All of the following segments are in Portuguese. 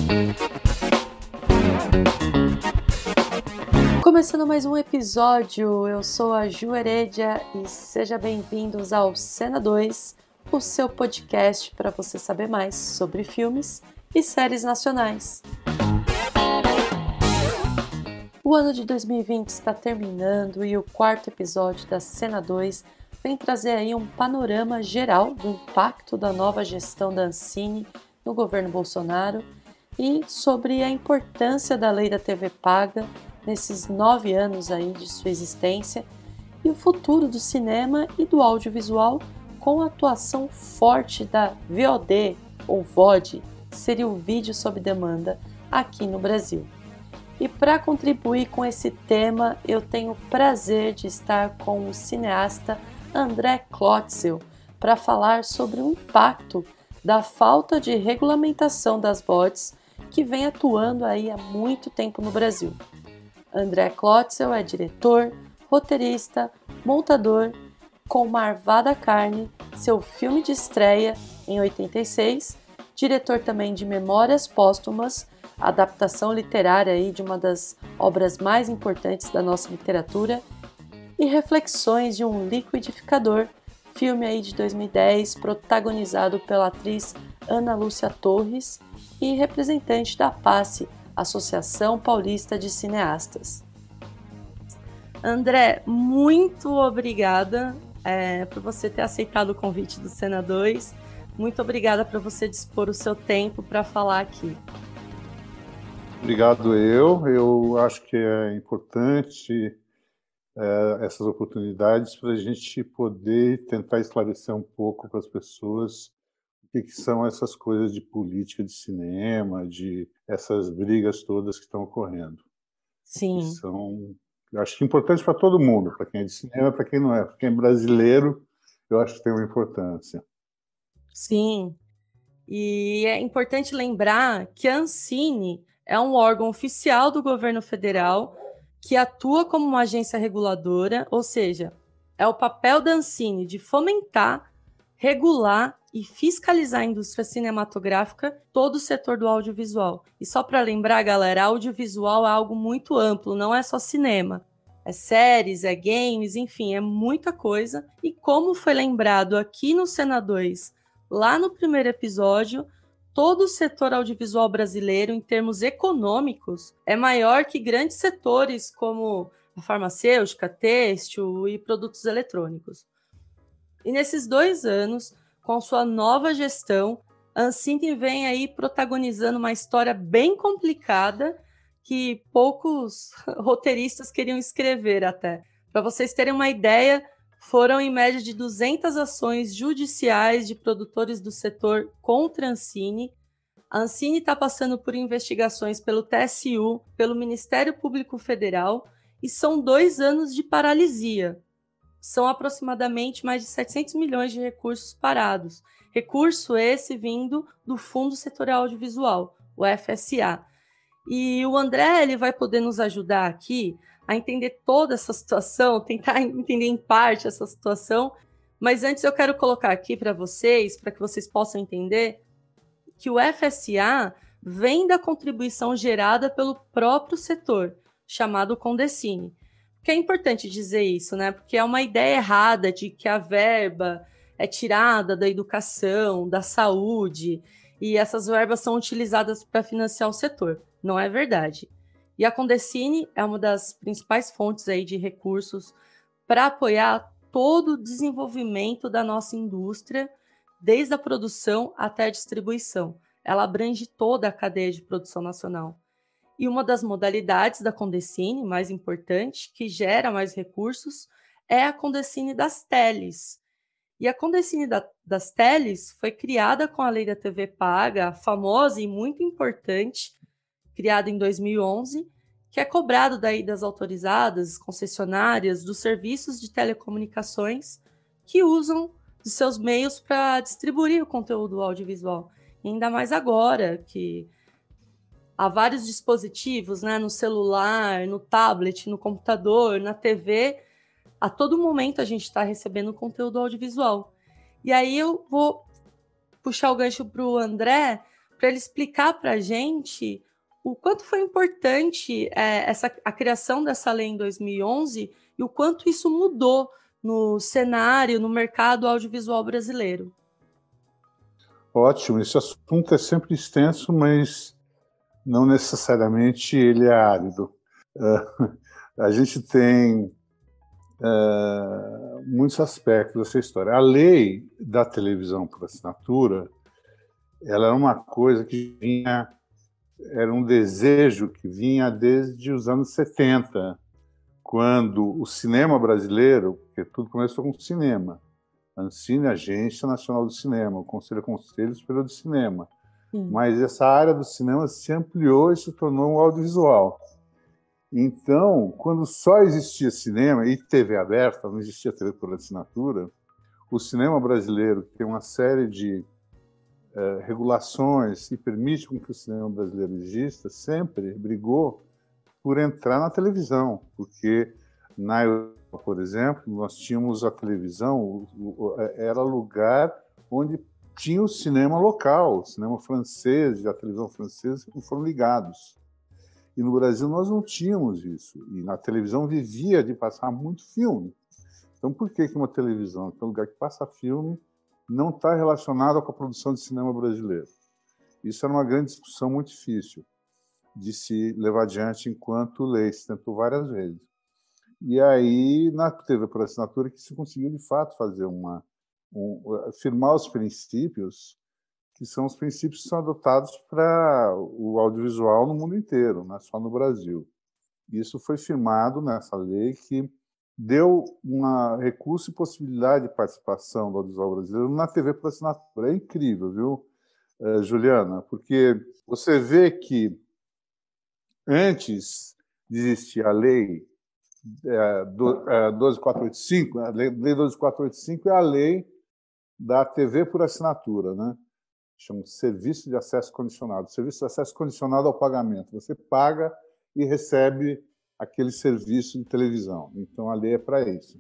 Começando mais um episódio, eu sou a Ju Heredia e sejam bem-vindos ao Cena 2, o seu podcast para você saber mais sobre filmes e séries nacionais. O ano de 2020 está terminando e o quarto episódio da Cena 2 vem trazer aí um panorama geral do impacto da nova gestão da Ancine no governo Bolsonaro e sobre a importância da lei da TV paga nesses 9 anos aí de sua existência e o futuro do cinema e do audiovisual com a atuação forte da VOD ou VOD, que seria o vídeo sob demanda aqui no Brasil. E para contribuir com esse tema, eu tenho o prazer de estar com o cineasta André Klotzel para falar sobre o impacto da falta de regulamentação das VODs que vem atuando aí há muito tempo no Brasil. André Klotzel é diretor, roteirista, montador, com Marvada Carne, seu filme de estreia em 86, diretor também de Memórias Póstumas, adaptação literária aí de uma das obras mais importantes da nossa literatura, e Reflexões de um Liquidificador, filme aí de 2010, protagonizado pela atriz Ana Lúcia Torres e representante da PACE, Associação Paulista de Cineastas. André, muito obrigada por você ter aceitado o convite do Cena 2. Muito obrigada por você dispor o seu tempo para falar aqui. Obrigado eu acho que é importante essas oportunidades para a gente poder tentar esclarecer um pouco para as pessoas o que são essas coisas de política de cinema, de essas brigas todas que estão ocorrendo. Sim. Que são, eu acho que importantes para todo mundo, para quem é de cinema, para quem não é. Para quem é brasileiro, eu acho que tem uma importância. Sim. E é importante lembrar que a Ancine é um órgão oficial do governo federal que atua como uma agência reguladora, ou seja, é o papel da Ancine de fomentar, regular e fiscalizar a indústria cinematográfica, todo o setor do audiovisual. E só para lembrar, galera, audiovisual é algo muito amplo, não é só cinema. É séries, é games, enfim, é muita coisa. E como foi lembrado aqui no Cena 2, lá no primeiro episódio, todo o setor audiovisual brasileiro, em termos econômicos, é maior que grandes setores como a farmacêutica, têxtil e produtos eletrônicos. E nesses 2 anos, com sua nova gestão, a Ancine vem aí protagonizando uma história bem complicada que poucos roteiristas queriam escrever até. Para vocês terem uma ideia, foram em média de 200 ações judiciais de produtores do setor contra a Ancine. A Ancine está passando por investigações pelo TSU, pelo Ministério Público Federal, e são 2 anos de paralisia. São aproximadamente mais de 700 milhões de recursos parados. Recurso esse vindo do Fundo Setorial Audiovisual, o FSA. E o André ele vai poder nos ajudar aqui a entender toda essa situação, tentar entender em parte essa situação. Mas antes eu quero colocar aqui para que vocês possam entender, que o FSA vem da contribuição gerada pelo próprio setor, chamado Condecine. Que é importante dizer isso, né? Porque é uma ideia errada de que a verba é tirada da educação, da saúde, e essas verbas são utilizadas para financiar o setor. Não é verdade. E a Condecine é uma das principais fontes aí de recursos para apoiar todo o desenvolvimento da nossa indústria, desde a produção até a distribuição. Ela abrange toda a cadeia de produção nacional. E uma das modalidades da Condecine, mais importante, que gera mais recursos, é a Condecine das teles. E a Condecine das teles foi criada com a Lei da TV Paga, famosa e muito importante, criada em 2011, que é cobrado daí das autorizadas, concessionárias, dos serviços de telecomunicações que usam de seus meios para distribuir o conteúdo audiovisual. E ainda mais agora, que há vários dispositivos, né, no celular, no tablet, no computador, na TV. A todo momento a gente está recebendo conteúdo audiovisual. E aí eu vou puxar o gancho para o André para ele explicar para a gente o quanto foi importante a criação dessa lei em 2011 e o quanto isso mudou no cenário, no mercado audiovisual brasileiro. Ótimo, esse assunto é sempre extenso, mas não necessariamente ele é árido. A gente tem muitos aspectos dessa história. A lei da televisão por assinatura, ela era uma coisa que vinha, era um desejo que vinha desde os anos 70, quando o cinema brasileiro, porque tudo começou com o cinema, a Ancine, Agência Nacional do Cinema, o Conselho Superior do Cinema. Sim. Mas essa área do cinema se ampliou e se tornou um audiovisual. Então, quando só existia cinema e TV aberta, não existia TV por assinatura, o cinema brasileiro, que tem uma série de regulações que permitem com que o cinema brasileiro exista, sempre brigou por entrar na televisão, porque na Europa, por exemplo, nós tínhamos a televisão, era lugar onde tinha o cinema local, o cinema francês e a televisão francesa que foram ligados. E no Brasil nós não tínhamos isso. E na televisão vivia de passar muito filme. Então por que uma televisão, que é um lugar que passa filme, não está relacionado com a produção de cinema brasileiro? Isso era uma grande discussão muito difícil de se levar adiante enquanto lei, se tentou várias vezes. E aí, na TV por assinatura, que se conseguiu, de fato, fazer firmar os princípios, que são os princípios que são adotados para o audiovisual no mundo inteiro, não é só no Brasil. Isso foi firmado nessa lei que deu um recurso e possibilidade de participação do audiovisual brasileiro na TV por assinatura. É incrível, viu, Juliana? Porque você vê que antes de existir a lei 12.485, a lei 12.485 é a lei da TV por assinatura, né? Chama Serviço de Acesso Condicionado. Serviço de Acesso Condicionado ao pagamento. Você paga e recebe aquele serviço de televisão. Então, a lei é para isso.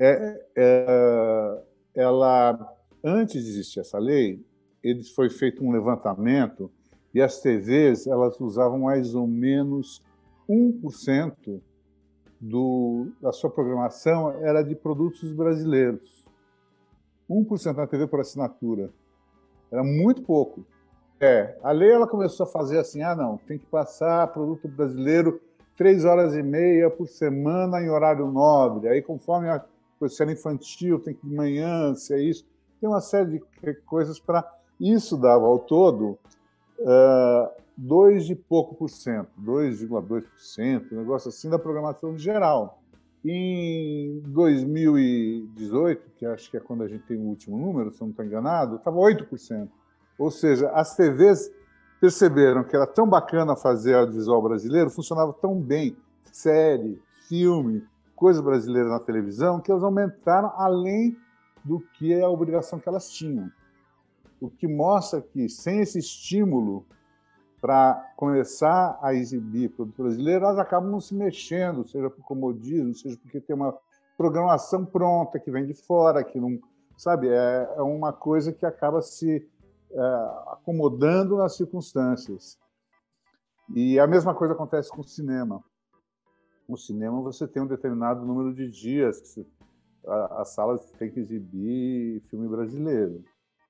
Antes de existir essa lei, foi feito um levantamento e as TVs elas usavam mais ou menos 1% da sua programação era de produtos brasileiros. 1% na TV por assinatura. Era muito pouco. A lei ela começou a fazer assim, não, tem que passar produto brasileiro 3 horas e meia por semana em horário nobre. Aí, conforme se era infantil, tem que ir de manhã, se é isso. Tem uma série de coisas para... Isso dava ao todo 2 e pouco por cento, 2,2%, um negócio assim da programação geral. Em 2018, que acho que é quando a gente tem o último número, se eu não estou enganado, estava 8%. Ou seja, as TVs perceberam que era tão bacana fazer audiovisual brasileiro, funcionava tão bem, série, filme, coisa brasileira na televisão, que elas aumentaram além do que é a obrigação que elas tinham. O que mostra que, sem esse estímulo para começar a exibir produto brasileiro, elas acabam não se mexendo, seja por comodismo, seja porque tem uma programação pronta que vem de fora, que não, sabe, é uma coisa que acaba se acomodando nas circunstâncias. E a mesma coisa acontece com o cinema. No cinema você tem um determinado número de dias que as salas têm que exibir filme brasileiro.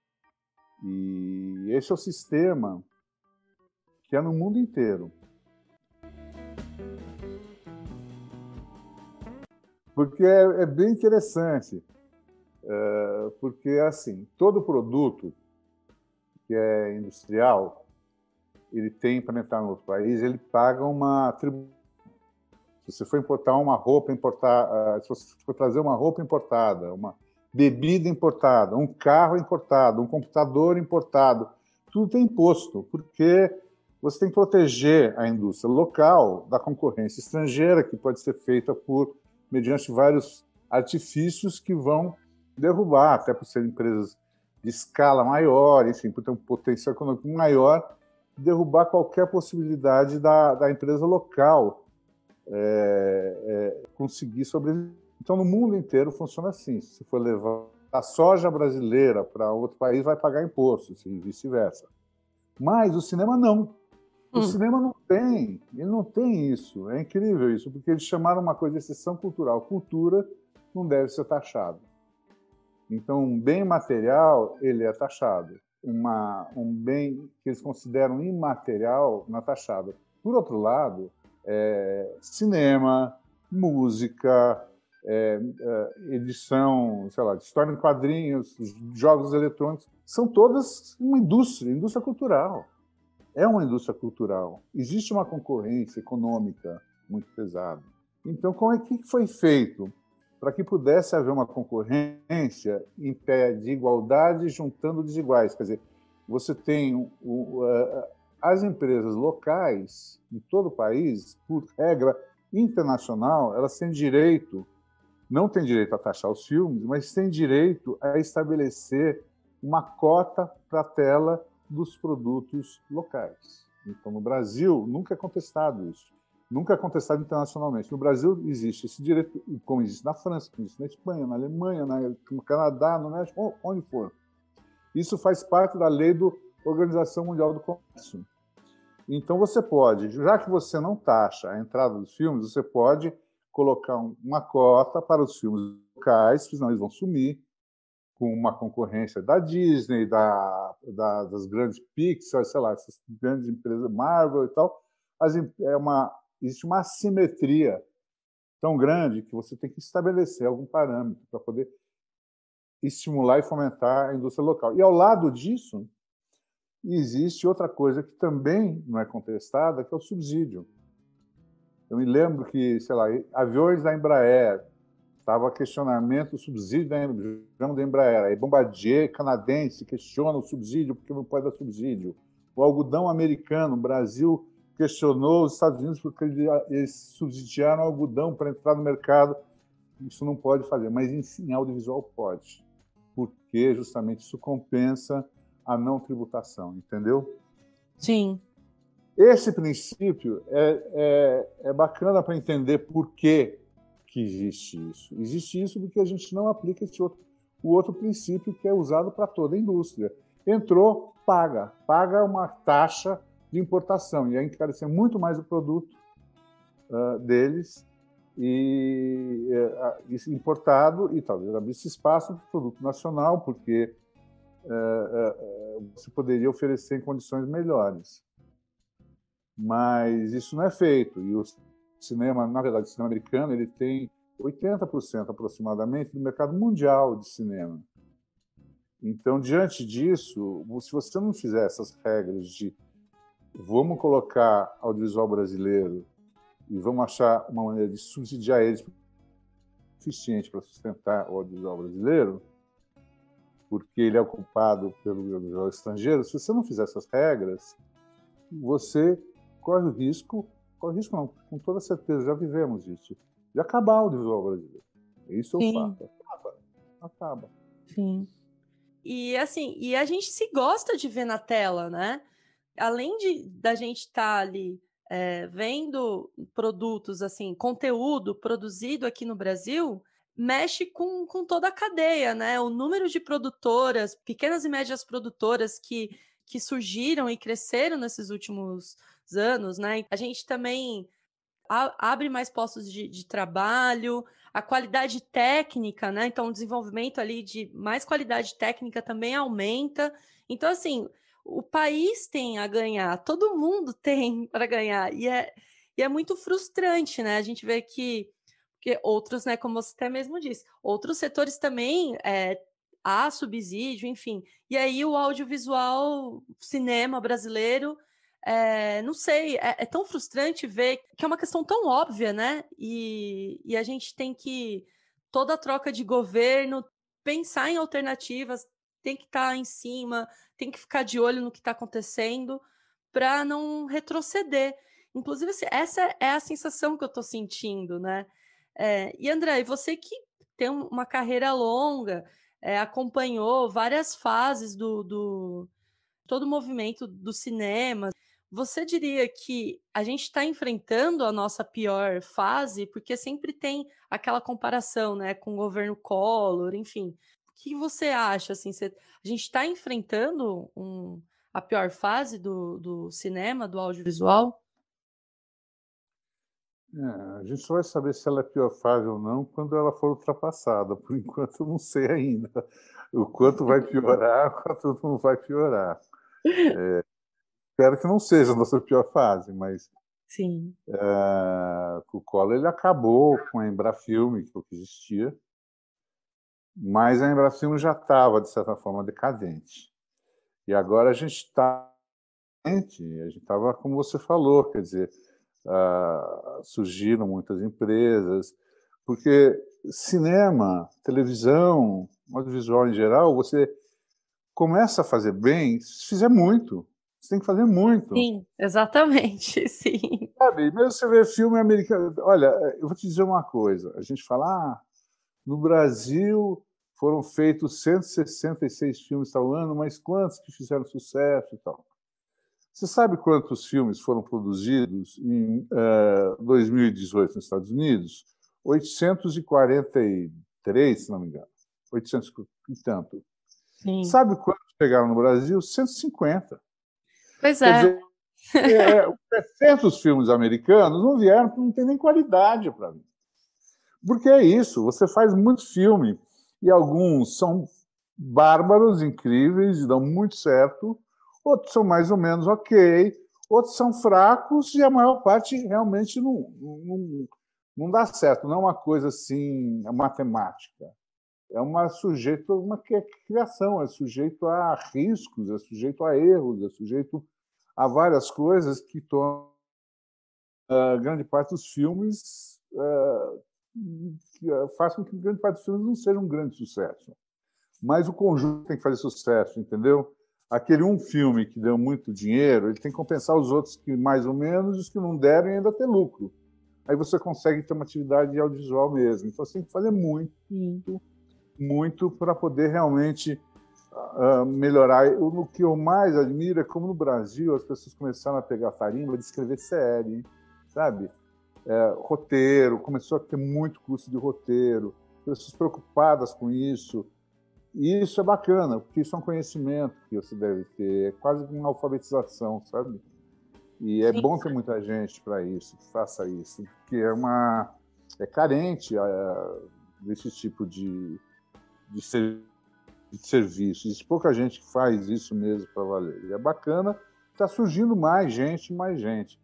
E esse é o sistema que é no mundo inteiro. Porque é bem interessante, porque, assim, todo produto que é industrial, ele tem, para entrar no outro país, ele paga uma tributação. Se você for importar uma roupa, se você for trazer uma roupa importada, uma bebida importada, um carro importado, um computador importado, tudo tem imposto, porque você tem que proteger a indústria local da concorrência estrangeira, que pode ser feita mediante vários artifícios que vão derrubar, até por serem empresas de escala maior, enfim, por ter um potencial econômico maior, derrubar qualquer possibilidade da empresa local conseguir sobreviver. Então, no mundo inteiro funciona assim. Se for levar a soja brasileira para outro país, vai pagar impostos e vice-versa. Mas o cinema não. O Hum. cinema ele não tem isso. É incrível isso, porque eles chamaram uma coisa de exceção cultural. Cultura não deve ser taxado. Então, um bem material, ele é taxado. Um bem que eles consideram imaterial, não é taxado. Por outro lado, cinema, música, edição, sei lá, de história em quadrinhos, jogos eletrônicos, são todas uma indústria cultural. É uma indústria cultural. Existe uma concorrência econômica muito pesada. Então, como é que foi feito para que pudesse haver uma concorrência em pé de igualdade juntando desiguais? Quer dizer, você tem as empresas locais em todo o país, por regra internacional, elas têm direito, não têm direito a taxar os filmes, mas têm direito a estabelecer uma cota para a tela dos produtos locais. Então, no Brasil, nunca é contestado isso. Nunca é contestado internacionalmente. No Brasil existe esse direito, como existe na França, como existe na Espanha, na Alemanha, no Canadá, no México, onde for. Isso faz parte da lei da Organização Mundial do Comércio. Então você pode, já que você não taxa a entrada dos filmes, você pode colocar uma cota para os filmes locais, senão eles vão sumir, com uma concorrência da Disney, das grandes Pixar, sei lá, essas grandes empresas, Marvel e tal. Existe uma assimetria tão grande que você tem que estabelecer algum parâmetro para poder estimular e fomentar a indústria local. E ao lado disso, existe outra coisa que também não é contestada, que é o subsídio. Eu me lembro que, sei lá, aviões da Embraer, estava questionamento do subsídio da Embraer. Aí Bombardier canadense questiona o subsídio porque não pode dar subsídio. O algodão americano, o Brasil questionou os Estados Unidos porque eles subsidiaram o algodão para entrar no mercado. Isso não pode fazer, mas em audiovisual pode, porque justamente isso compensa a não tributação, entendeu? Sim. Esse princípio é bacana para entender por que existe isso. Existe isso porque a gente não aplica o outro princípio que é usado para toda a indústria. Entrou, paga uma taxa de importação e aí encarecer muito mais o produto deles e importado e talvez abrisse espaço para o produto nacional, porque você poderia oferecer em condições melhores. Mas isso não é feito. E o cinema, na verdade, o cinema americano, ele tem 80% aproximadamente do mercado mundial de cinema. Então, diante disso, se você não fizer essas regras de vamos colocar audiovisual brasileiro e vamos achar uma maneira de subsidiar eles suficiente para sustentar o audiovisual brasileiro, porque ele é ocupado pelo audiovisual estrangeiro, se você não fizer essas regras, você corre o risco não, com toda certeza, já vivemos isso, de acabar o audiovisual brasileiro. Isso é o Sim. fato. Acaba. Sim. E assim, e a gente se gosta de ver na tela, né? Além da gente estar ali vendo produtos, assim, conteúdo produzido aqui no Brasil, mexe com toda a cadeia, né? O número de produtoras, pequenas e médias produtoras que surgiram e cresceram nesses últimos anos, né? A gente também abre mais postos de trabalho, a qualidade técnica, né? Então, o desenvolvimento ali de mais qualidade técnica também aumenta. Então, assim, o país tem a ganhar, todo mundo tem para ganhar. E é muito frustrante, né? A gente vê que outros, né, como você até mesmo disse, outros setores também há subsídio, enfim. E aí o audiovisual, cinema brasileiro não sei, é tão frustrante ver que é uma questão tão óbvia, né? E a gente tem que, toda troca de governo, pensar em alternativas, tem que estar em cima, tem que ficar de olho no que está acontecendo para não retroceder. Inclusive, assim, essa é a sensação que eu estou sentindo, né? E André, você que tem uma carreira longa, acompanhou várias fases do todo o movimento do cinema. Você diria que a gente está enfrentando a nossa pior fase, porque sempre tem aquela comparação, né, com o governo Collor, enfim. O que você acha? Assim, a gente está enfrentando a pior fase do cinema, do audiovisual? A gente só vai saber se ela é pior fase ou não quando ela for ultrapassada. Por enquanto, eu não sei ainda o quanto vai piorar, o quanto não vai piorar. Espero que não seja a nossa pior fase, mas Sim. o Collor ele acabou com a Embrafilme, que é o que existia, mas a Embrafilme já estava, de certa forma, decadente. E agora a gente está, a gente estava, como você falou, quer dizer, surgiram muitas empresas, porque cinema, televisão, audiovisual em geral, você começa a fazer bem se fizer muito. Você tem que fazer muito. Sim, exatamente, sim. Sabe, mesmo você vê filme americano. Olha, eu vou te dizer uma coisa. A gente fala, no Brasil foram feitos 166 filmes tal ano, mas quantos que fizeram sucesso e tal? Você sabe quantos filmes foram produzidos em 2018 nos Estados Unidos? 843, se não me engano. 800 e tanto. Sim. Sabe quantos chegaram no Brasil? 150. Pois Quer é. dizer, 700 filmes americanos não vieram porque não tem nem qualidade para mim. Porque é isso, você faz muito filme e alguns são bárbaros, incríveis e dão muito certo, outros são mais ou menos ok, outros são fracos e a maior parte realmente não dá certo. Não é uma coisa assim, é matemática. É sujeito a uma criação, é sujeito a riscos, é sujeito a erros, é sujeito a várias coisas que tornam grande parte dos filmes faz com que grande parte dos filmes não seja um grande sucesso. Mas o conjunto tem que fazer sucesso, entendeu? Aquele um filme que deu muito dinheiro, ele tem que compensar os outros que mais ou menos, e os que não deram e ainda ter lucro. Aí você consegue ter uma atividade audiovisual mesmo. Então você tem que fazer muito, muito para poder realmente melhorar. O que eu mais admiro é como no Brasil as pessoas começaram a pegar a tarimba de escrever série, sabe? Roteiro, começou a ter muito curso de roteiro, pessoas preocupadas com isso. E isso é bacana, porque isso é um conhecimento que você deve ter, é quase uma alfabetização, sabe? E é bom ter muita gente para isso, que faça isso, porque é carente desse tipo de serviço. Existe pouca gente que faz isso mesmo para valer. E é bacana, está surgindo mais gente, mais gente.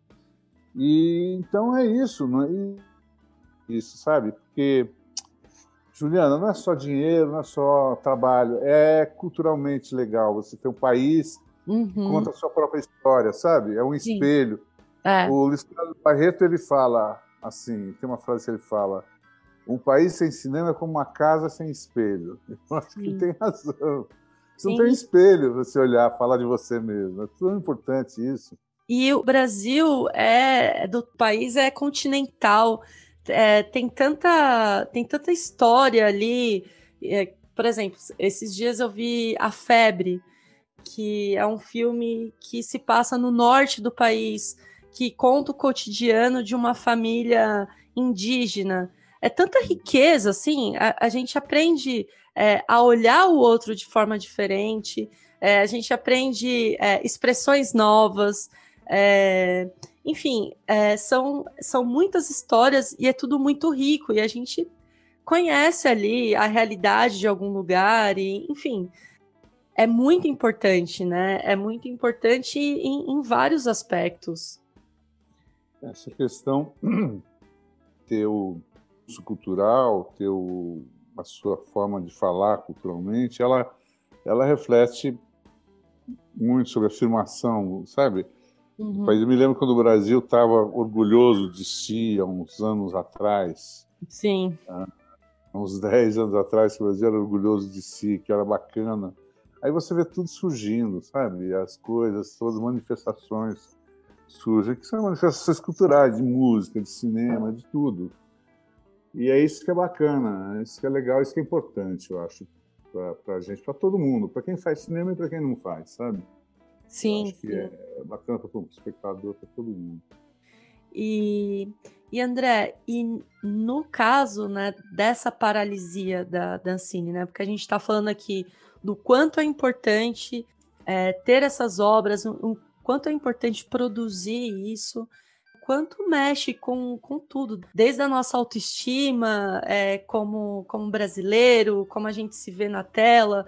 E então é isso, não é isso, sabe? Porque, Juliana, não é só dinheiro, não é só trabalho, é culturalmente legal você ter um país que conta a sua própria história, sabe? É um espelho. O Luiz Carlos Barreto, ele fala assim, tem uma frase que ele fala: um país sem cinema é como uma casa sem espelho. Eu acho que ele tem razão. Você não tem espelho para você olhar, falar de você mesmo. É tão importante isso. E o Brasil do país é continental, tem tanta história ali. Por exemplo, esses dias eu vi A Febre, que é um filme que se passa no norte do país, que conta o cotidiano de uma família indígena. É tanta riqueza, assim, a gente aprende a olhar o outro de forma diferente, a gente aprende expressões novas, enfim, são muitas histórias e é tudo muito rico, e a gente conhece ali a realidade de algum lugar, e, enfim, é muito importante, né? É muito importante em vários aspectos. Essa questão ter o uso cultural, ter a sua forma de falar culturalmente, ela reflete muito sobre afirmação, sabe? Mas eu me lembro quando o Brasil estava orgulhoso de si há uns anos atrás. Sim. Há uns 10 anos atrás, que o Brasil era orgulhoso de si, que era bacana. Aí você vê tudo surgindo, sabe? As coisas, todas as manifestações surgem, que são manifestações culturais, de música, de cinema, de tudo. E é isso que é bacana, é isso que é legal, isso que é importante, eu acho, para a gente, para todo mundo, para quem faz cinema e para quem não faz, sabe? Sim. Eu acho que é bacana para o espectador, para todo mundo. E André, e no caso, né, dessa paralisia da Ancine, né, porque a gente está falando aqui do quanto é importante ter essas obras, o quanto é importante produzir isso, quanto mexe com tudo, desde a nossa autoestima, como brasileiro, como a gente se vê na tela,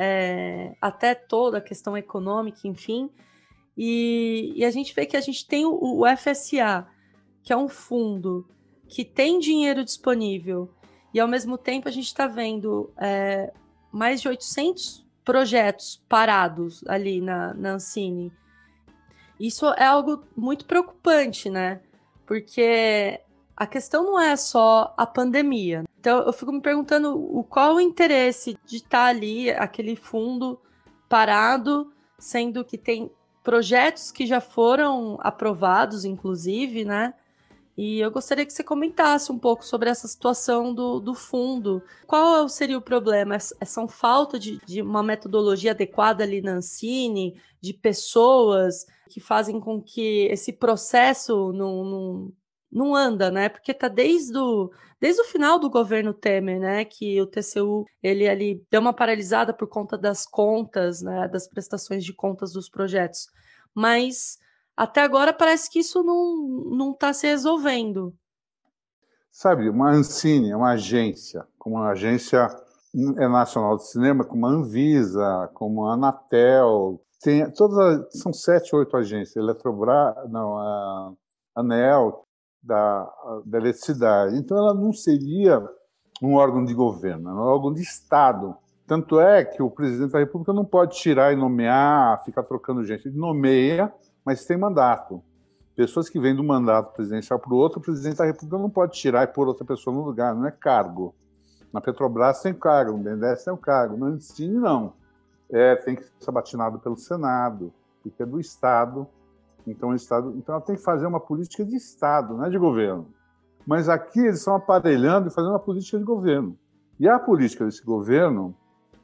até toda a questão econômica, enfim. E a gente vê que a gente tem o FSA, que é um fundo que tem dinheiro disponível, e ao mesmo tempo a gente está vendo mais de 800 projetos parados ali na Ancine. Isso é algo muito preocupante, né? Porque a questão não é só a pandemia. Então eu fico me perguntando qual o interesse de estar ali, aquele fundo parado, sendo que tem projetos que já foram aprovados, inclusive, né? E eu gostaria que você comentasse um pouco sobre essa situação do fundo. Qual seria o problema? São falta de uma metodologia adequada ali na Ancine, de pessoas que fazem com que esse processo não anda, né? Porque está desde o final do governo Temer, né? Que o TCU ele ali deu uma paralisada por conta das contas, né? Das prestações de contas dos projetos. Mas até agora parece que isso não está se resolvendo. Sabe, uma Ancine é uma agência, como a Agência Nacional de Cinema, como a Anvisa, como a Anatel, são 7, 8 agências, Eletrobras, não, a ANEEL, da eletricidade. Então, ela não seria um órgão de governo, é um órgão de Estado. Tanto é que o presidente da República não pode tirar e nomear, ficar trocando gente. Ele nomeia, mas tem mandato. Pessoas que vêm do mandato presidencial para o outro, o presidente da República não pode tirar e pôr outra pessoa no lugar, não é cargo. Na Petrobras tem cargo, no BNDES tem o cargo, no Ancine não. Tem que ser batinado pelo Senado, porque é do Estado. Então ela tem que fazer uma política de Estado, não é de governo. Mas aqui eles estão aparelhando e fazendo uma política de governo. E a política desse governo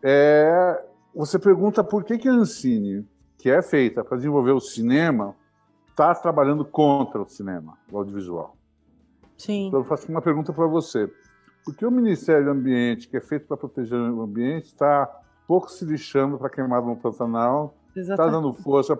você pergunta por que a Ancine, que é feita para desenvolver o cinema, está trabalhando contra o cinema, o audiovisual. Sim. Então eu faço uma pergunta para você. Por que o Ministério do Ambiente, que é feito para proteger o ambiente, está pouco se lixando para queimada no Pantanal, está dando força?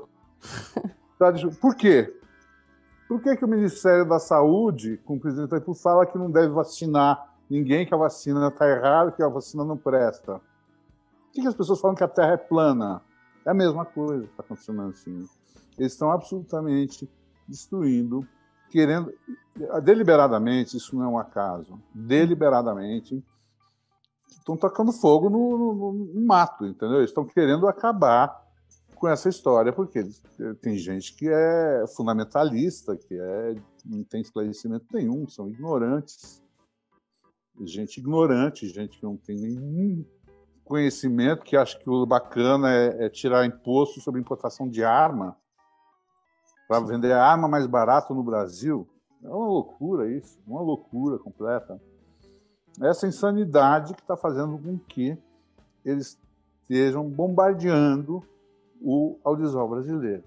Por quê? Por que o Ministério da Saúde, com o presidente da República, fala que não deve vacinar ninguém, que a vacina está errada, que a vacina não presta? Por que as pessoas falam que a Terra é plana? É a mesma coisa que está acontecendo assim. Eles estão absolutamente destruindo, querendo, deliberadamente, isso não é um acaso, deliberadamente, estão tacando fogo no mato, entendeu? Eles estão querendo acabar com essa história, porque tem gente que é fundamentalista, que não tem esclarecimento nenhum, são ignorantes. Gente ignorante, gente que não tem nenhum conhecimento, que acha que o bacana é tirar imposto sobre importação de arma, para vender a arma mais barato no Brasil. É uma loucura isso, uma loucura completa. Essa insanidade que está fazendo com que eles estejam bombardeando o audiovisual brasileiro.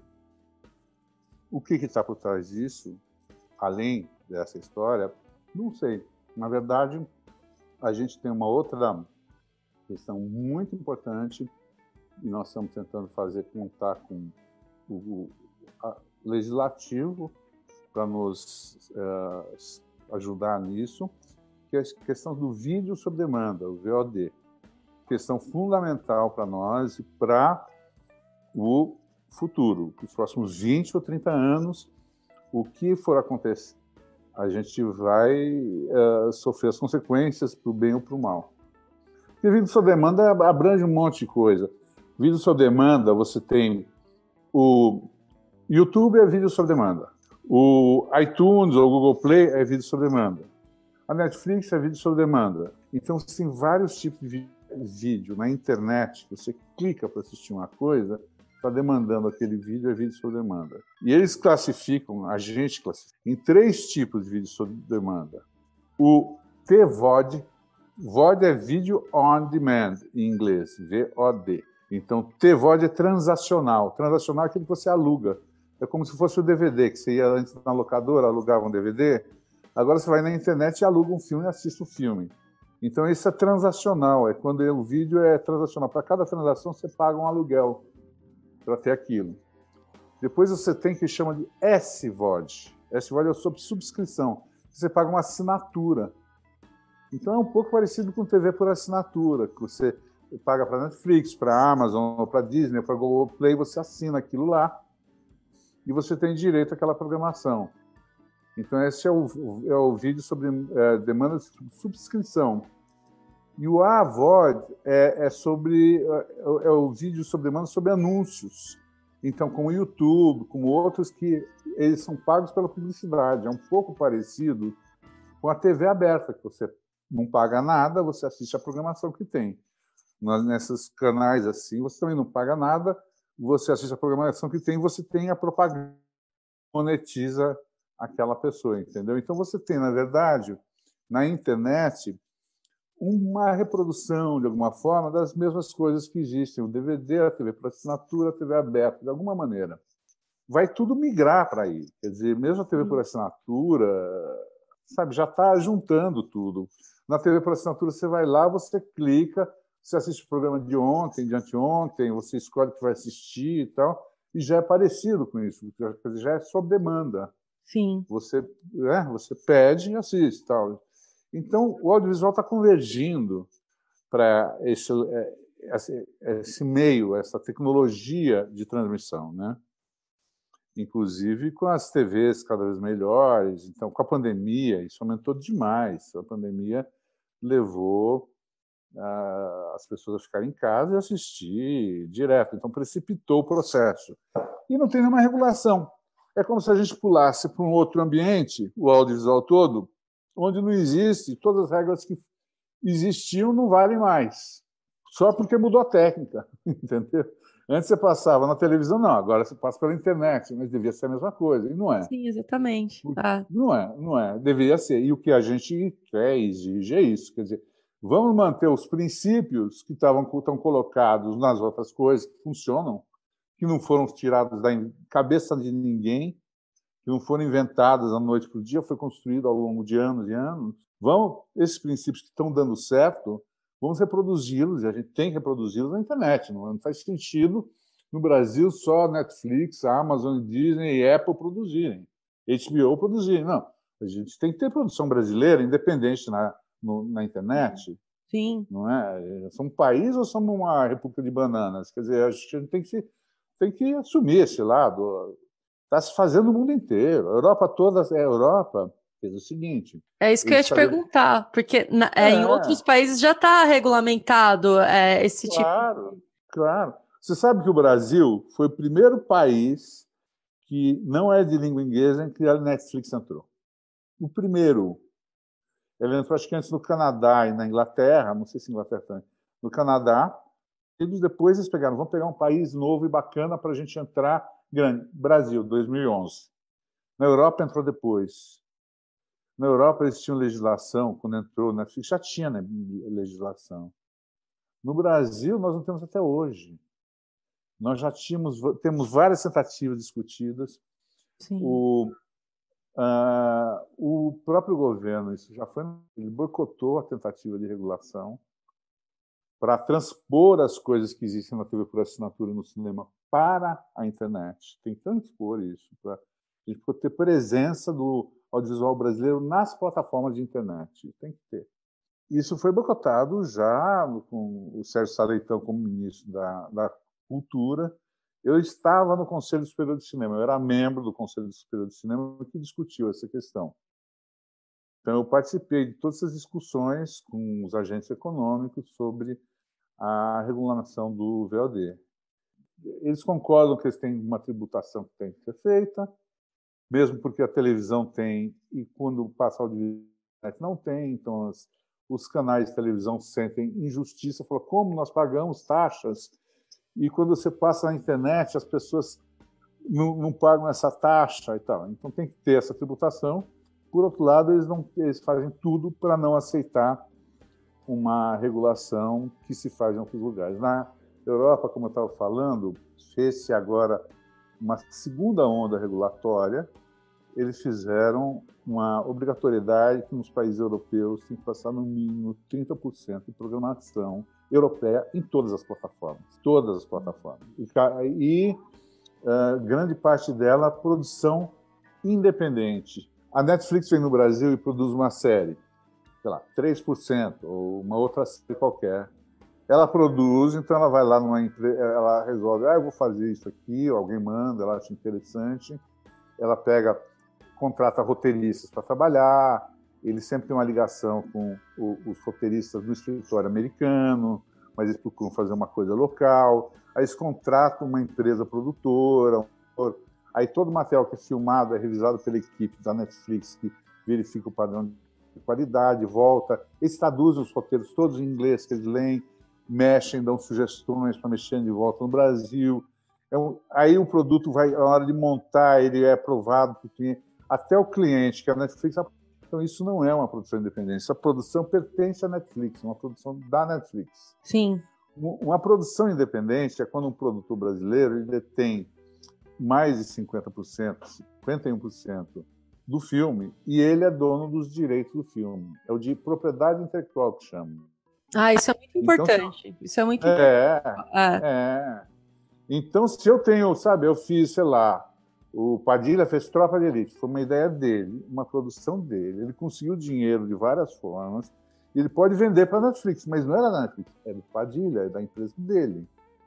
O que está por trás disso, além dessa história, não sei. Na verdade, a gente tem uma outra questão muito importante e nós estamos tentando contar com o legislativo para nos ajudar nisso, que é a questão do vídeo sob demanda, o VOD. Questão fundamental para nós e para o futuro, os próximos 20 ou 30 anos, o que for acontecer, a gente vai sofrer as consequências para o bem ou para o mal. Porque vídeo sob demanda abrange um monte de coisa. Vídeo sob demanda, você tem o YouTube é vídeo sob demanda. O iTunes ou o Google Play é vídeo sob demanda. A Netflix é vídeo sob demanda. Então, você tem vários tipos de vídeo na internet. Você clica para assistir uma coisa, está demandando aquele vídeo, é vídeo sob demanda. E eles classificam, a gente classifica, em 3 tipos de vídeo sob demanda. O TVOD. VOD é Video On Demand, em inglês, VOD. Então, TVOD é transacional. Transacional é aquilo que você aluga. É como se fosse o DVD, que você ia antes na locadora, alugava um DVD. Agora você vai na internet e aluga um filme e assiste o filme. Então, isso é transacional. É quando o vídeo é transacional. Para cada transação, você paga um aluguel. para ter aquilo. Depois você tem o que chama de SVOD. SVOD é sobre subscrição. Você paga uma assinatura. Então é um pouco parecido com TV por assinatura, que você paga para Netflix, para Amazon, ou para Disney, ou para Google Play, você assina aquilo lá e você tem direito àquela programação. Então esse é o vídeo sobre demanda de subscrição. E o AVOD é o vídeo sobre demanda sobre anúncios. Então, como o YouTube, como outros que eles são pagos pela publicidade. É um pouco parecido com a TV aberta, que você não paga nada, você assiste a programação que tem. Nesses canais assim, você também não paga nada, você assiste a programação que tem, você tem a propaganda, monetiza aquela pessoa, entendeu? Então você tem, na verdade, na internet, uma reprodução, de alguma forma, das mesmas coisas que existem. O DVD, a TV por assinatura, a TV aberta, de alguma maneira. Vai tudo migrar para aí. Quer dizer, mesmo a TV por assinatura, sabe, já está juntando tudo. Na TV por assinatura, você vai lá, você clica, você assiste o programa de ontem, de anteontem, você escolhe o que vai assistir e tal, e já é parecido com isso, quer dizer, já é sob demanda. Sim. Você pede e assiste tal. Então, o audiovisual está convergindo para esse meio, essa tecnologia de transmissão, né? Inclusive com as TVs cada vez melhores. Então, com a pandemia, isso aumentou demais. A pandemia levou as pessoas a ficarem em casa e assistir direto. Então, precipitou o processo. E não tem nenhuma regulação. É como se a gente pulasse para um outro ambiente, o audiovisual todo, onde não existe, todas as regras que existiam não valem mais, só porque mudou a técnica, entendeu? Antes você passava na televisão, não, agora você passa pela internet, mas devia ser a mesma coisa, e não é. Sim, exatamente. Ah. Não é, deveria ser. E o que a gente quer, exige, é isso, quer dizer, vamos manter os princípios que estão colocados nas outras coisas que funcionam, que não foram tirados da cabeça de ninguém, que não foram inventadas da noite para o dia, foi construído ao longo de anos e anos. Esses princípios que estão dando certo, vamos reproduzi-los, e a gente tem que reproduzi-los na internet. Não faz sentido no Brasil só Netflix, Amazon, Disney e Apple produzirem, HBO produzirem. Não, a gente tem que ter produção brasileira independente na internet. Sim. Não é? Somos um país ou somos uma república de bananas? Quer dizer, a gente tem que assumir esse lado. Está se fazendo no mundo inteiro. A Europa toda, a Europa fez o seguinte. É isso que eu ia te perguntar, porque em outros países já está regulamentado esse claro, tipo. Claro. Você sabe que o Brasil foi o primeiro país que não é de língua inglesa em que a Netflix entrou. O primeiro. Ele entrou, acho que antes no Canadá e na Inglaterra, não sei se Inglaterra também, no Canadá. Depois eles pegaram, vamos pegar um país novo e bacana para a gente entrar grande. Brasil, 2011. Na Europa entrou depois. Na Europa eles tinham legislação, quando entrou na Netflix já tinha, né, legislação. No Brasil nós não temos até hoje. Nós já temos várias tentativas discutidas. Sim. O próprio governo, ele boicotou a tentativa de regulação para transpor as coisas que existem na TV por assinatura e no cinema para a internet. Tem que transpor isso para a gente ter presença do audiovisual brasileiro nas plataformas de internet. Tem que ter. Isso foi boicotado já com o Sérgio Saleitão como ministro da Cultura. Eu estava no Conselho Superior de Cinema, eu era membro do Conselho Superior de Cinema que discutiu essa questão. Então, eu participei de todas essas discussões com os agentes econômicos sobre a regulamentação do VOD. Eles concordam que eles têm uma tributação que tem que ser feita, mesmo porque a televisão tem, e quando passa audiovisual não tem, então os canais de televisão sentem injustiça, falam, como nós pagamos taxas, e quando você passa na internet, as pessoas não pagam essa taxa e tal. Então tem que ter essa tributação. Por outro lado, eles fazem tudo para não aceitar uma regulação que se faz em outros lugares. Na Europa, como eu estava falando, fez-se agora uma segunda onda regulatória. Eles fizeram uma obrigatoriedade que nos países europeus tem que passar no mínimo 30% de programação europeia em todas as plataformas. Todas as plataformas. E grande parte dela produção independente. A Netflix vem no Brasil e produz uma série, sei lá, 3%, ou uma outra série qualquer. Ela produz, então ela vai lá numa empresa, ela resolve, eu vou fazer isso aqui, alguém manda, ela acha interessante, ela pega, contrata roteiristas para trabalhar, ele sempre tem uma ligação com os roteiristas do escritório americano, mas eles procuram fazer uma coisa local, aí eles contratam uma empresa produtora, aí todo o material que é filmado é revisado pela equipe da Netflix, que verifica o padrão de qualidade, volta, eles traduzem os roteiros todos em inglês, que eles leem, mexem, dão sugestões para mexer de volta no Brasil. Aí o produto vai, na hora de montar, ele é aprovado para o cliente, até o cliente, que é a Netflix. Então, isso não é uma produção independente. Essa produção pertence à Netflix, uma produção da Netflix. Sim. Uma produção independente é quando um produtor brasileiro ele detém mais de 50%, 51% do filme, e ele é dono dos direitos do filme. É o de propriedade intelectual que chama. Isso é muito importante. Então, isso é muito importante. Então, se eu tenho, sabe, eu fiz, sei lá, o Padilha fez Tropa de Elite, foi uma ideia dele, uma produção dele, ele conseguiu dinheiro de várias formas, e ele pode vender para a Netflix, mas não era da Netflix, é do Padilha, é da empresa dele.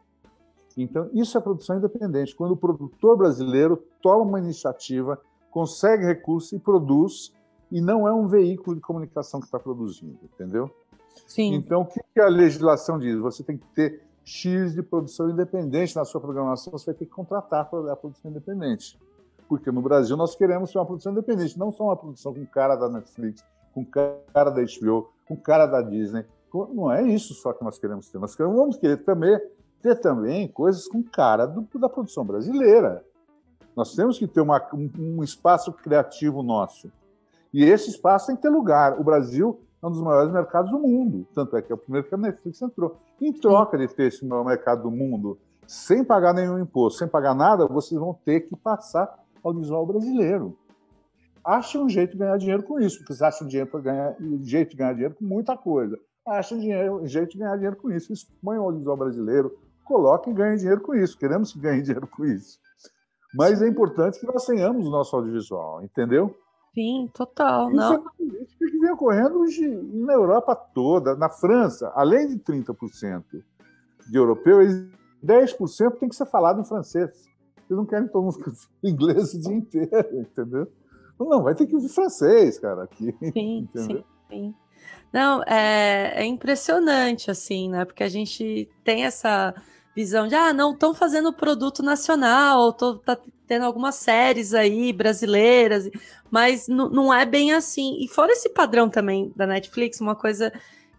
Então, isso é produção independente, quando o produtor brasileiro toma uma iniciativa, consegue recursos e produz, e não é um veículo de comunicação que está produzindo, entendeu? Sim. Então, o que a legislação diz? Você tem que ter X de produção independente na sua programação, você vai ter que contratar para a produção independente. Porque no Brasil nós queremos ter uma produção independente, não só uma produção com cara da Netflix, com cara da HBO, com cara da Disney. Não é isso só que nós queremos ter. Nós vamos querer ter também coisas com cara da produção brasileira. Nós temos que ter um espaço criativo nosso. E esse espaço tem que ter lugar. O Brasil é um dos maiores mercados do mundo. Tanto é que é o primeiro que a Netflix entrou. Em troca de ter esse maior mercado do mundo, sem pagar nenhum imposto, sem pagar nada, vocês vão ter que passar audiovisual brasileiro. Achem um jeito de ganhar dinheiro com isso, porque vocês acham jeito de ganhar dinheiro com muita coisa. Achem jeito de ganhar dinheiro com isso. Expõem o audiovisual brasileiro, coloquem e ganhem dinheiro com isso. Queremos que ganhem dinheiro com isso. Mas é importante que nós tenhamos o nosso audiovisual, entendeu? Sim, total. Isso é uma política que vem ocorrendo na Europa toda. Na França, além de 30% de europeus, 10% tem que ser falado em francês. Eles não querem todo mundo inglês o dia inteiro, entendeu? Não, vai ter que ouvir francês, cara, aqui. Sim, sim. Não, é impressionante, assim, né? Porque a gente tem essa visão de, não, estão fazendo produto nacional, tá tendo algumas séries aí brasileiras, mas não é bem assim. E fora esse padrão também da Netflix, uma coisa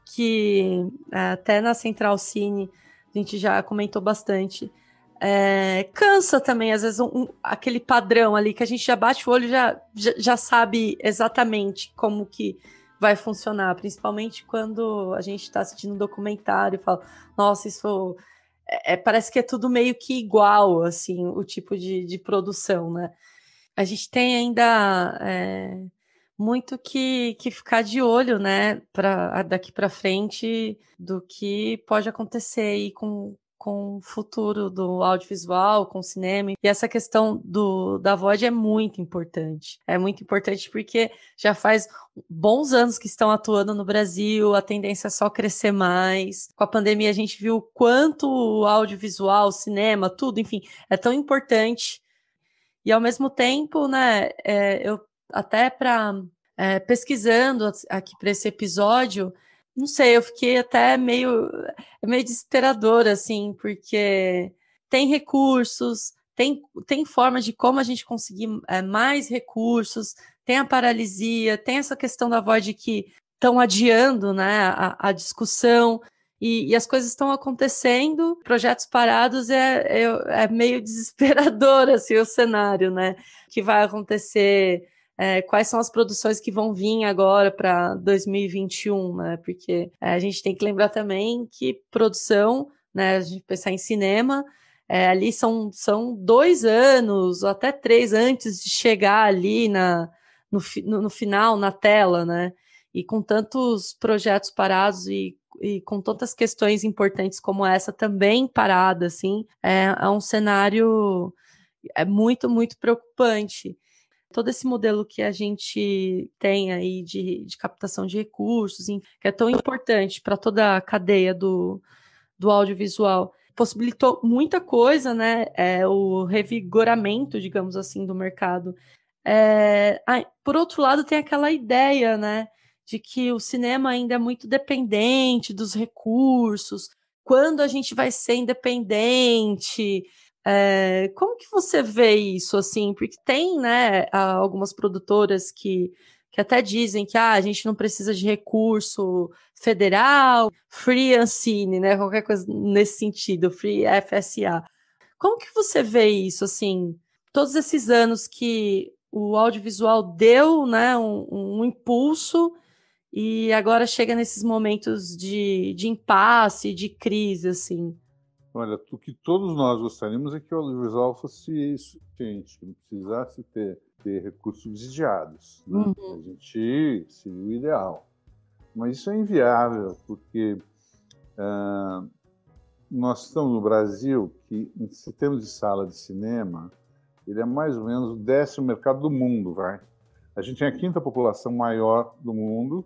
que até na Central Cine a gente já comentou bastante, cansa também, às vezes, aquele padrão ali que a gente já bate o olho, já sabe exatamente como que vai funcionar, principalmente quando a gente está assistindo um documentário e fala, nossa, isso parece que é tudo meio que igual, assim, o tipo de produção, né? A gente tem ainda muito que ficar de olho, né, daqui para frente, do que pode acontecer aí com o futuro do audiovisual, com o cinema. E essa questão da VOD é muito importante. É muito importante porque já faz bons anos que estão atuando no Brasil, a tendência é só crescer mais. Com a pandemia a gente viu quanto o audiovisual, o cinema, tudo, enfim, é tão importante. E ao mesmo tempo, né, eu até pesquisando aqui para esse episódio, não sei, eu fiquei até meio desesperadora, assim, porque tem recursos, tem forma de como a gente conseguir mais recursos, tem a paralisia, tem essa questão da VOD que estão adiando, né, a discussão, e as coisas estão acontecendo, projetos parados, é meio desesperador, assim, o cenário, né, que vai acontecer. Quais são as produções que vão vir agora para 2021, né? Porque a gente tem que lembrar também que produção, né? A gente pensar em cinema, ali são 2 anos ou até 3 antes de chegar ali no final, na tela, né? E com tantos projetos parados e e com tantas questões importantes como essa também parada, assim, é um cenário muito, muito preocupante. Todo esse modelo que a gente tem aí de captação de recursos, enfim, que é tão importante para toda a cadeia do audiovisual, possibilitou muita coisa, né? O revigoramento, digamos assim, do mercado. Por outro lado, tem aquela ideia, né, de que o cinema ainda é muito dependente dos recursos. Quando a gente vai ser independente? Como que você vê isso, assim? Porque tem, né, algumas produtoras que até dizem que a gente não precisa de recurso federal, free Ancine, né? Qualquer coisa nesse sentido, free FSA. Como que você vê isso, assim? Todos esses anos que o audiovisual deu, né, um impulso e agora chega nesses momentos de impasse, de crise, assim. Olha, o que todos nós gostaríamos é que o audiovisual fosse suficiente, que não precisasse ter recursos subsidiados, né? Uhum. A gente seria o ideal. Mas isso é inviável, porque nós estamos no Brasil, que, em termos de sala de cinema, ele é mais ou menos o 10º mercado do mundo, vai. A gente tem a 5ª população maior do mundo,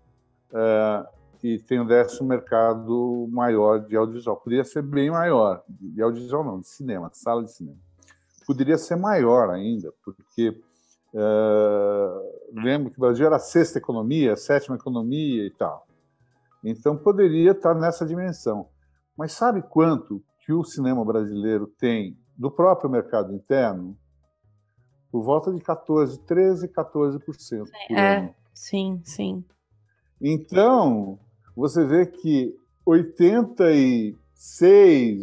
e tem o 10º mercado maior de audiovisual. Poderia ser bem maior, de audiovisual não, de cinema, de sala de cinema. Poderia ser maior ainda, porque lembro que o Brasil era a 6ª economia, a 7ª economia e tal. Então poderia estar nessa dimensão. Mas sabe quanto que o cinema brasileiro tem do próprio mercado interno? Por volta de 14% por ano. Sim, sim. Então, você vê que 86%,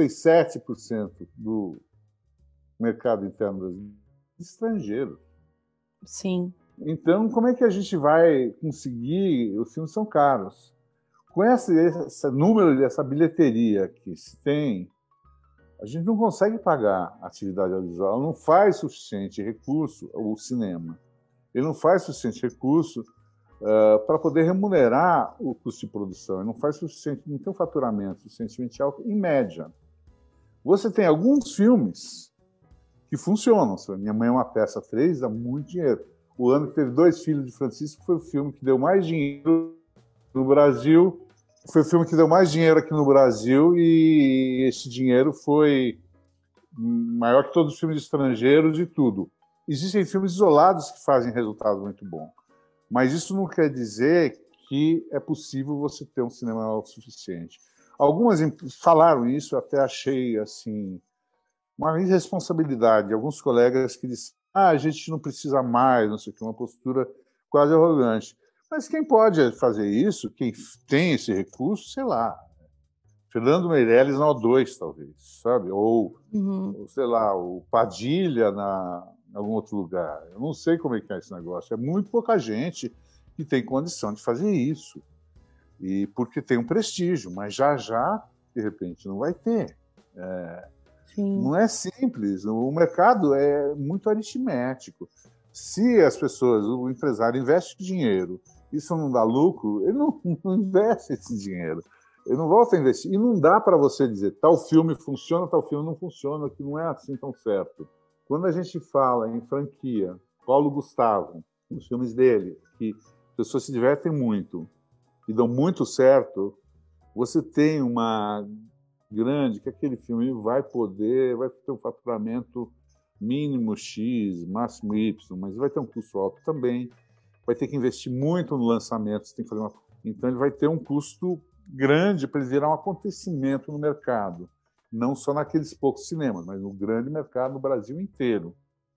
87% do mercado interno brasileiro é estrangeiro. Sim. Então, como é que a gente vai conseguir? Os filmes são caros. Com esse número, essa bilheteria que se tem, a gente não consegue pagar a atividade audiovisual, não faz suficiente recurso, o cinema. Ele não faz suficiente recurso para poder remunerar o custo de produção. Ele não faz suficiente, não tem um faturamento suficientemente alto, em média. Você tem alguns filmes que funcionam. Minha Mãe é uma Peça 3 dá muito dinheiro. O ano que teve 2 Filhos de Francisco foi o filme que deu mais dinheiro no Brasil. Foi o filme que deu mais dinheiro aqui no Brasil e esse dinheiro foi maior que todos os filmes estrangeiros e tudo. Existem filmes isolados que fazem resultado muito bom, mas isso não quer dizer que é possível você ter um cinema autossuficiente. Algumas falaram isso, eu até achei assim uma irresponsabilidade. Alguns colegas que disseram a gente não precisa mais, não sei o que, uma postura quase arrogante. Mas quem pode fazer isso, quem tem esse recurso, sei lá, Fernando Meirelles na O2, talvez, sabe? Ou sei lá, o Padilha em algum outro lugar. Eu não sei como é que é esse negócio. É muito pouca gente que tem condição de fazer isso. E porque tem um prestígio, mas já, de repente, não vai ter. Não é simples. O mercado é muito aritmético. Se as pessoas, o empresário investe dinheiro, isso não dá lucro, ele não investe esse dinheiro. Ele não volta a investir. E não dá para você dizer tal filme funciona, tal filme não funciona, que não é assim tão certo. Quando a gente fala em franquia, Paulo Gustavo, os filmes dele, que as pessoas se divertem muito e dão muito certo, você tem uma grande, que aquele filme vai ter um faturamento mínimo X, máximo Y, mas vai ter um custo alto também, vai ter que investir muito no lançamento, você tem que fazer então ele vai ter um custo grande para ele virar um acontecimento no mercado, não só naqueles poucos cinemas, mas no grande mercado no Brasil inteiro.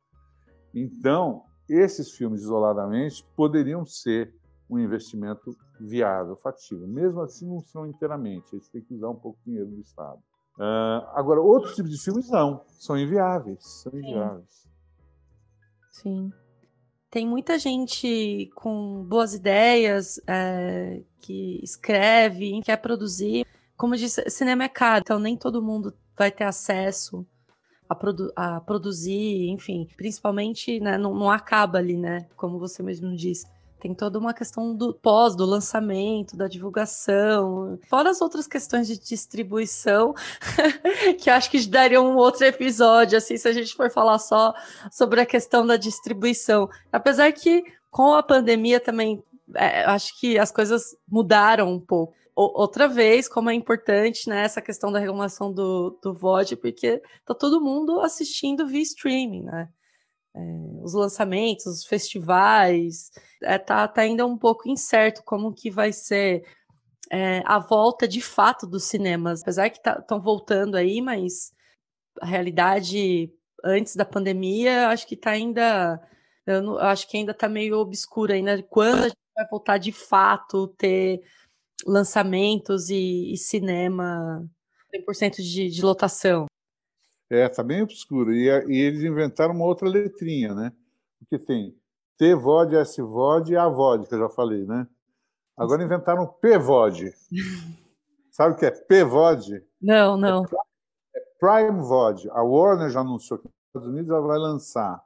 Então, esses filmes isoladamente poderiam ser um investimento viável, factível. Mesmo assim, não são inteiramente, eles têm que usar um pouco de dinheiro do Estado. Agora, outros tipos de filmes não, são inviáveis. São inviáveis. Sim. Tem muita gente com boas ideias, que escreve, quer produzir. Como eu disse, cinema é caro, então nem todo mundo vai ter acesso a produzir, enfim. Principalmente, né, não acaba ali, né? Como você mesmo disse. Tem toda uma questão do pós, do lançamento, da divulgação, fora as outras questões de distribuição, que eu acho que daria um outro episódio, assim, se a gente for falar só sobre a questão da distribuição. Apesar que com a pandemia também, acho que as coisas mudaram um pouco. Outra vez, como é importante, né, essa questão da regulação do VOD, porque tá todo mundo assistindo via streaming, né? Os lançamentos, os festivais, tá ainda um pouco incerto como que vai ser a volta de fato dos cinemas. Apesar que estão voltando aí, mas a realidade antes da pandemia, acho que tá ainda... eu acho que ainda tá meio obscura ainda quando a gente vai voltar de fato ter lançamentos e cinema 100% de lotação. Tá bem obscuro. E eles inventaram uma outra letrinha, né? Porque tem T-VOD, S-VOD e A-VOD, que eu já falei, né? Agora inventaram P-VOD. Sabe o que é P-VOD? Não. Prime VOD. A Warner já anunciou que nos Estados Unidos ela vai lançar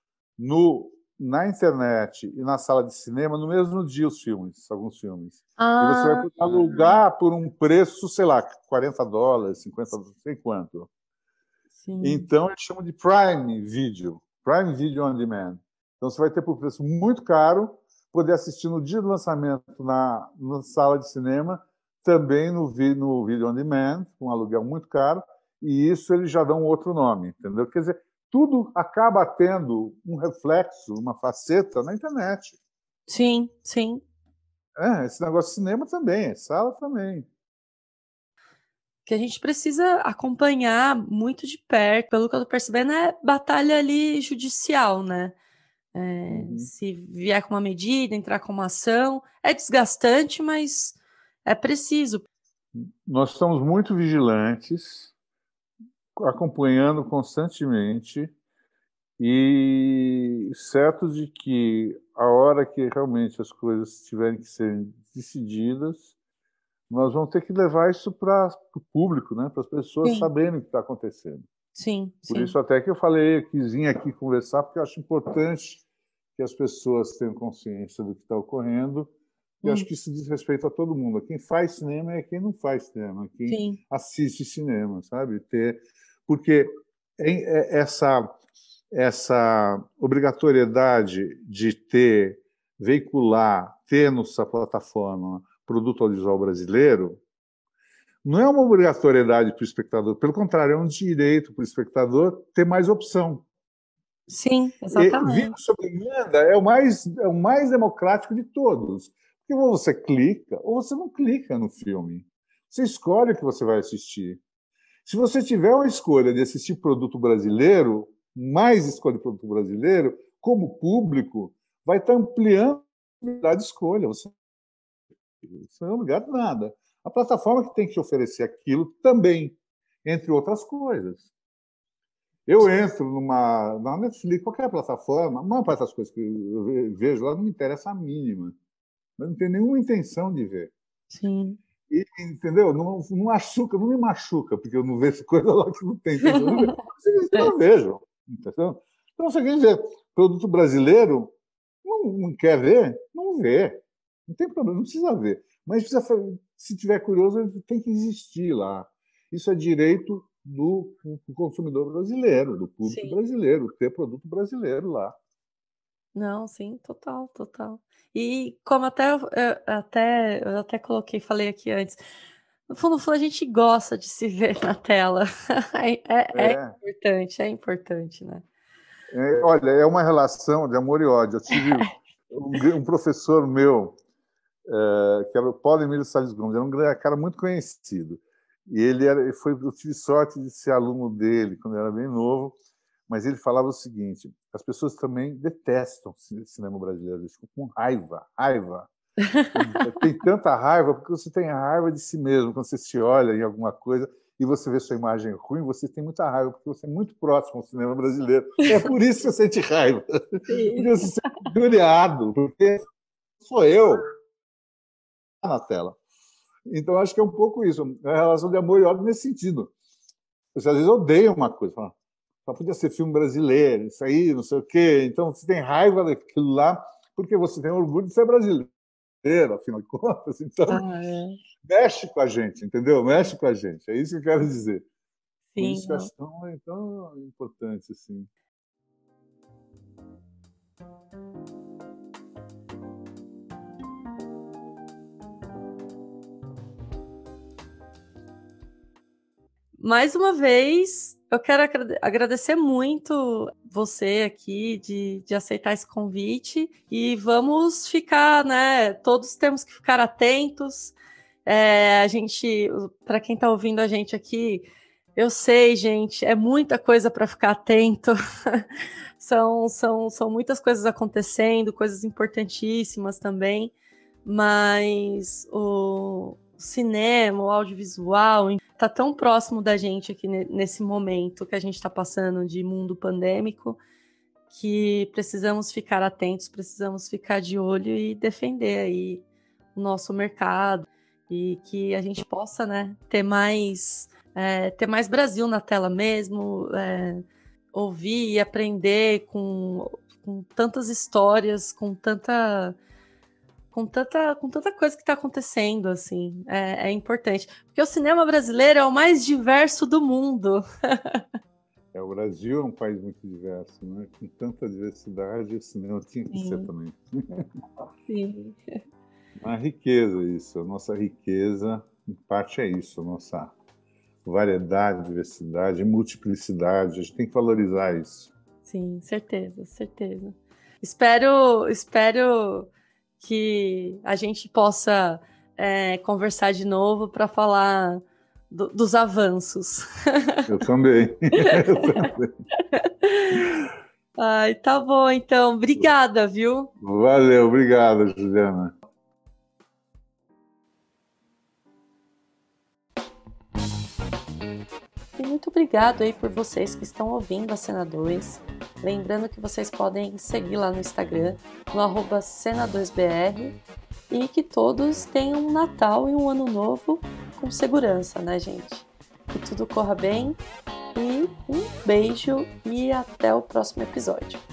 na internet e na sala de cinema no mesmo dia os filmes, alguns filmes. E você vai poder alugar por um preço, sei lá, $40, 50, não sei quanto. Sim. Então, eles chamam de Prime Video on Demand. Então, você vai ter por preço muito caro, poder assistir no dia do lançamento na sala de cinema, também no Video on Demand, com um aluguel muito caro, e isso eles já dão outro nome, entendeu? Quer dizer, tudo acaba tendo um reflexo, uma faceta na internet. Sim. Esse negócio de cinema também, sala também. Que a gente precisa acompanhar muito de perto. Pelo que eu tô percebendo, é batalha ali judicial, né? Se vier com uma medida, entrar com uma ação, é desgastante, mas é preciso. Nós estamos muito vigilantes, acompanhando constantemente e certos de que a hora que realmente as coisas tiverem que ser decididas, nós vamos ter que levar isso para o público, né? Para as pessoas saberem o que está acontecendo. Sim. Por isso até que eu falei, eu quis vir aqui conversar, porque eu acho importante que as pessoas tenham consciência do que está ocorrendo. E acho que isso diz respeito a todo mundo. Quem faz cinema é quem não faz cinema, quem assiste cinema, sabe? Porque essa obrigatoriedade de veicular, ter na sua plataforma produto audiovisual brasileiro, não é uma obrigatoriedade para o espectador, pelo contrário, é um direito para o espectador ter mais opção. Sim, exatamente. Vídeo sob demanda é o mais democrático de todos. Porque ou você clica, ou você não clica no filme. Você escolhe o que você vai assistir. Se você tiver uma escolha de assistir produto brasileiro, mais escolha de produto brasileiro, como público, vai estar ampliando a de escolha. Você não é obrigado a nada. A plataforma que tem que te oferecer aquilo também, entre outras coisas. Eu entro na Netflix, qualquer plataforma, a maior parte das coisas que eu vejo lá não me interessa a mínima. Eu não tenho nenhuma intenção de ver. Sim. E, entendeu? Não me machuca, porque eu não vejo coisa lá que não tem intenção de ver. Eu não vejo. Entendeu? Então, você quer dizer, produto brasileiro, não quer ver? Não vê. Não tem problema, não precisa ver. Mas se tiver curioso, tem que existir lá. Isso é direito do consumidor brasileiro, do público brasileiro, ter produto brasileiro lá. Não, sim, total. E como eu até coloquei, falei aqui antes, no fundo, a gente gosta de se ver na tela. É importante, né? Olha, é uma relação de amor e ódio. Eu tive um professor meu, que era o Paulo Emílio Salles Gomes, era um cara muito conhecido. E eu tive sorte de ser aluno dele quando eu era bem novo, mas ele falava o seguinte: as pessoas também detestam o cinema brasileiro, eles ficam com raiva. Tem tanta raiva porque você tem raiva de si mesmo quando você se olha em alguma coisa e você vê sua imagem ruim, você tem muita raiva porque você é muito próximo ao cinema brasileiro. É por isso que você sente raiva, porque você se sente injuriado, porque sou eu na tela. Então, acho que é um pouco isso, é a relação de amor e ódio nesse sentido. Você às vezes odeia uma coisa, fala, só podia ser filme brasileiro, isso aí, não sei o quê. Então, você tem raiva daquilo lá, porque você tem orgulho de ser brasileiro, afinal de contas. Então, mexe com a gente, entendeu? Mexe com a gente. É isso que eu quero dizer. Por Sim, isso que eu acho tão importante, assim. mais uma vez, eu quero agradecer muito você aqui de aceitar esse convite e vamos ficar, né? Todos temos que ficar atentos. A gente, para quem está ouvindo a gente aqui, eu sei, gente, é muita coisa para ficar atento. São muitas coisas acontecendo, coisas importantíssimas também, mas o cinema, o audiovisual, está tão próximo da gente aqui nesse momento que a gente está passando de mundo pandêmico, que precisamos ficar atentos, precisamos ficar de olho e defender aí o nosso mercado e que a gente possa, né, ter mais Brasil na tela mesmo, ouvir e aprender com tantas histórias, com tanta coisa que está acontecendo, assim, é importante. Porque o cinema brasileiro é o mais diverso do mundo. O Brasil é um país muito diverso, né? Com tanta diversidade, o cinema tinha que ser também. Sim. Uma riqueza isso, a nossa riqueza, em parte é isso, a nossa variedade, diversidade, multiplicidade, a gente tem que valorizar isso. Sim, certeza, certeza. Espero que a gente possa conversar de novo para falar dos avanços. Eu também. Ai, tá bom, então. Obrigada, viu? Valeu, obrigado, Juliana. E muito obrigado aí por vocês que estão ouvindo a Cena 2. Lembrando que vocês podem seguir lá no Instagram, no @cena2br, e que todos tenham um Natal e um Ano Novo com segurança, né, gente? Que tudo corra bem, e um beijo e até o próximo episódio.